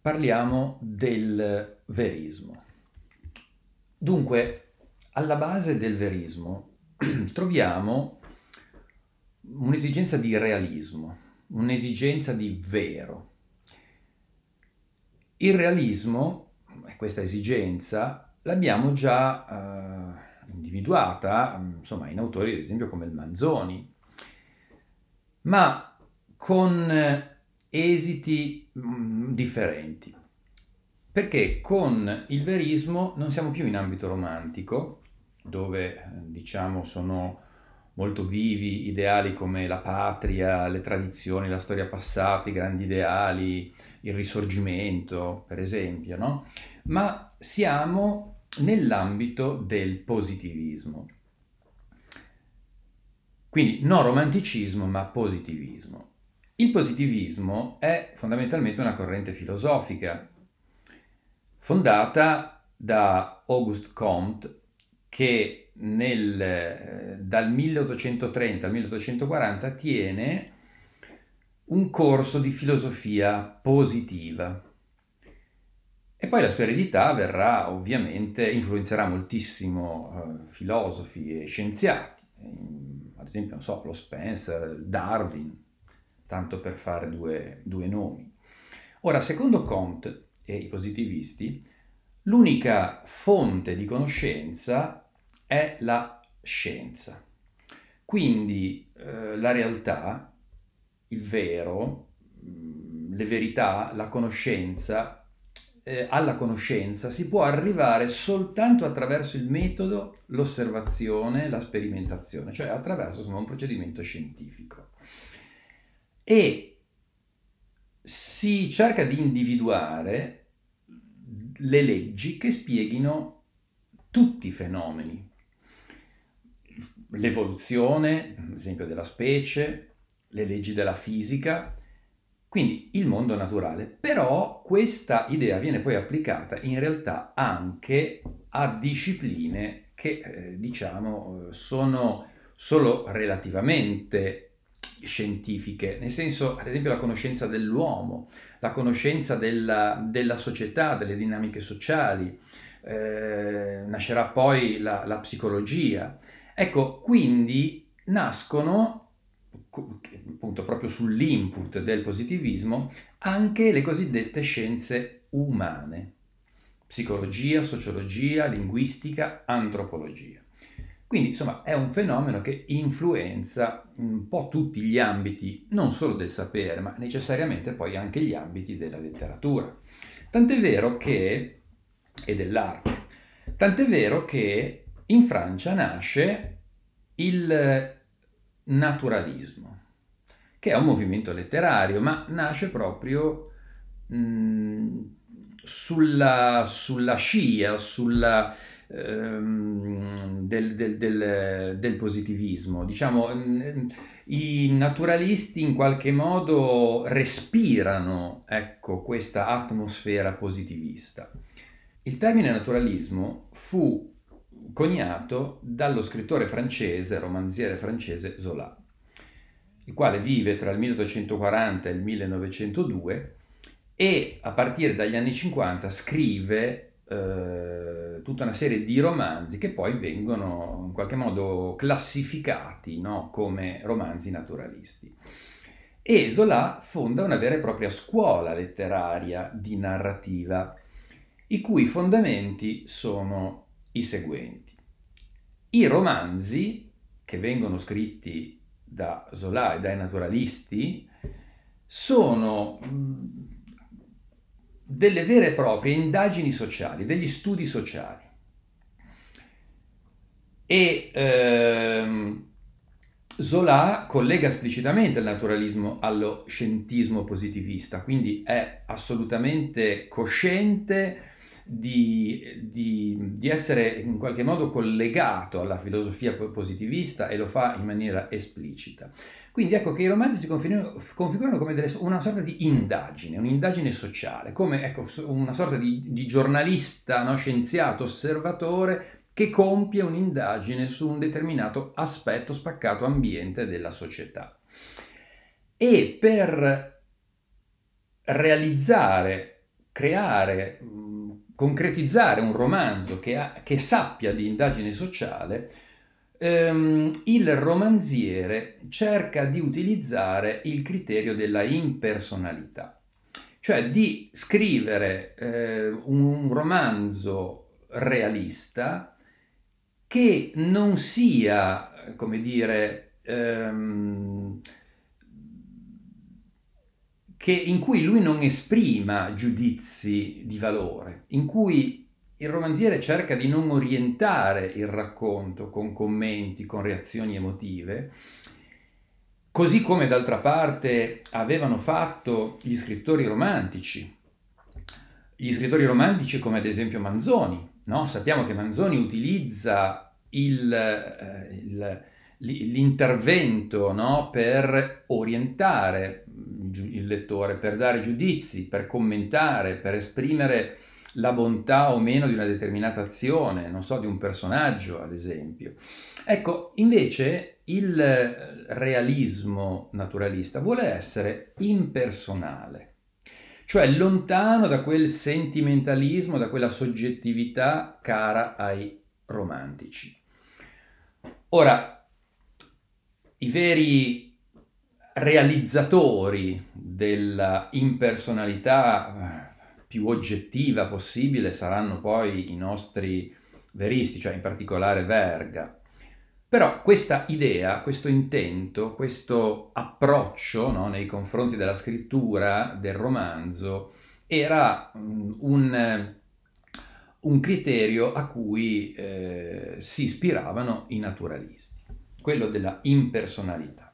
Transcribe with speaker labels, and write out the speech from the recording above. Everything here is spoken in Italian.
Speaker 1: parliamo del verismo. Dunque, alla base del verismo troviamo un'esigenza di realismo, un'esigenza di vero. Il realismo, e questa esigenza, l'abbiamo già individuata, insomma, in autori, ad esempio, come il Manzoni, ma con esiti differenti. Perché con il verismo non siamo più in ambito romantico, dove diciamo sono molto vivi ideali come la patria, le tradizioni, la storia passata, i grandi ideali, il risorgimento, per esempio, no? Ma siamo nell'ambito del positivismo. Quindi non romanticismo, ma positivismo. Il positivismo è fondamentalmente una corrente filosofica fondata da Auguste Comte che dal 1830 al 1840 tiene un corso di filosofia positiva. E poi la sua eredità verrà ovviamente, influenzerà moltissimo filosofi e scienziati, ad esempio, non so, lo Spencer, Darwin, tanto per fare due nomi. Ora, secondo Comte e i positivisti, l'unica fonte di conoscenza è la scienza. Quindi la realtà, il vero, le verità, la conoscenza, alla conoscenza si può arrivare soltanto attraverso il metodo, l'osservazione, la sperimentazione, cioè attraverso insomma, un procedimento scientifico. E si cerca di individuare le leggi che spieghino tutti i fenomeni. L'evoluzione, ad esempio, della specie, le leggi della fisica, quindi il mondo naturale. Però questa idea viene poi applicata in realtà anche a discipline che diciamo sono solo relativamente scientifiche, nel senso, ad esempio, la conoscenza dell'uomo, la conoscenza della società, delle dinamiche sociali, nascerà poi la psicologia. Ecco, quindi nascono appunto proprio sull'input del positivismo anche le cosiddette scienze umane, psicologia, sociologia, linguistica, antropologia. Quindi insomma è un fenomeno che influenza un po' tutti gli ambiti, non solo del sapere, ma necessariamente poi anche gli ambiti della letteratura. Tant'è vero che, e dell'arte, tant'è vero che in Francia nasce il naturalismo, che è un movimento letterario, ma nasce proprio sulla scia, del positivismo. Diciamo, i naturalisti in qualche modo respirano, ecco, questa atmosfera positivista. Il termine naturalismo fu coniato dallo scrittore francese, romanziere francese Zola, il quale vive tra il 1840 e il 1902 e a partire dagli anni 50 scrive tutta una serie di romanzi che poi vengono in qualche modo classificati, no, come romanzi naturalisti. E Zola fonda una vera e propria scuola letteraria di narrativa, i cui fondamenti sono i seguenti. I romanzi che vengono scritti da Zola e dai naturalisti sono delle vere e proprie indagini sociali, degli studi sociali. E Zola collega esplicitamente il naturalismo allo scientismo positivista, quindi è assolutamente cosciente di essere in qualche modo collegato alla filosofia positivista e lo fa in maniera esplicita. Quindi ecco che i romanzi si configurano come una sorta di indagine, un'indagine sociale, come ecco, una sorta di giornalista, no, scienziato, osservatore che compie un'indagine su un determinato aspetto spaccato ambiente della società. E per realizzare creare, concretizzare un romanzo che sappia di indagine sociale, il romanziere cerca di utilizzare il criterio della impersonalità, cioè di scrivere un romanzo realista che non sia, come dire, in cui lui non esprima giudizi di valore, in cui il romanziere cerca di non orientare il racconto con commenti, con reazioni emotive, così come d'altra parte avevano fatto gli scrittori romantici. Gli scrittori romantici come ad esempio Manzoni, no? Sappiamo che Manzoni utilizza l'intervento, no? Per orientare il lettore, per dare giudizi, per commentare, per esprimere la bontà o meno di una determinata azione, non so, di un personaggio ad esempio. Ecco, invece il realismo naturalista vuole essere impersonale, cioè lontano da quel sentimentalismo, da quella soggettività cara ai romantici. Ora, i veri realizzatori della impersonalità più oggettiva possibile saranno poi i nostri veristi, cioè in particolare Verga. Però questa idea, questo intento, questo approccio, no, nei confronti della scrittura, del romanzo, era un criterio a cui si ispiravano i naturalisti, quello della impersonalità.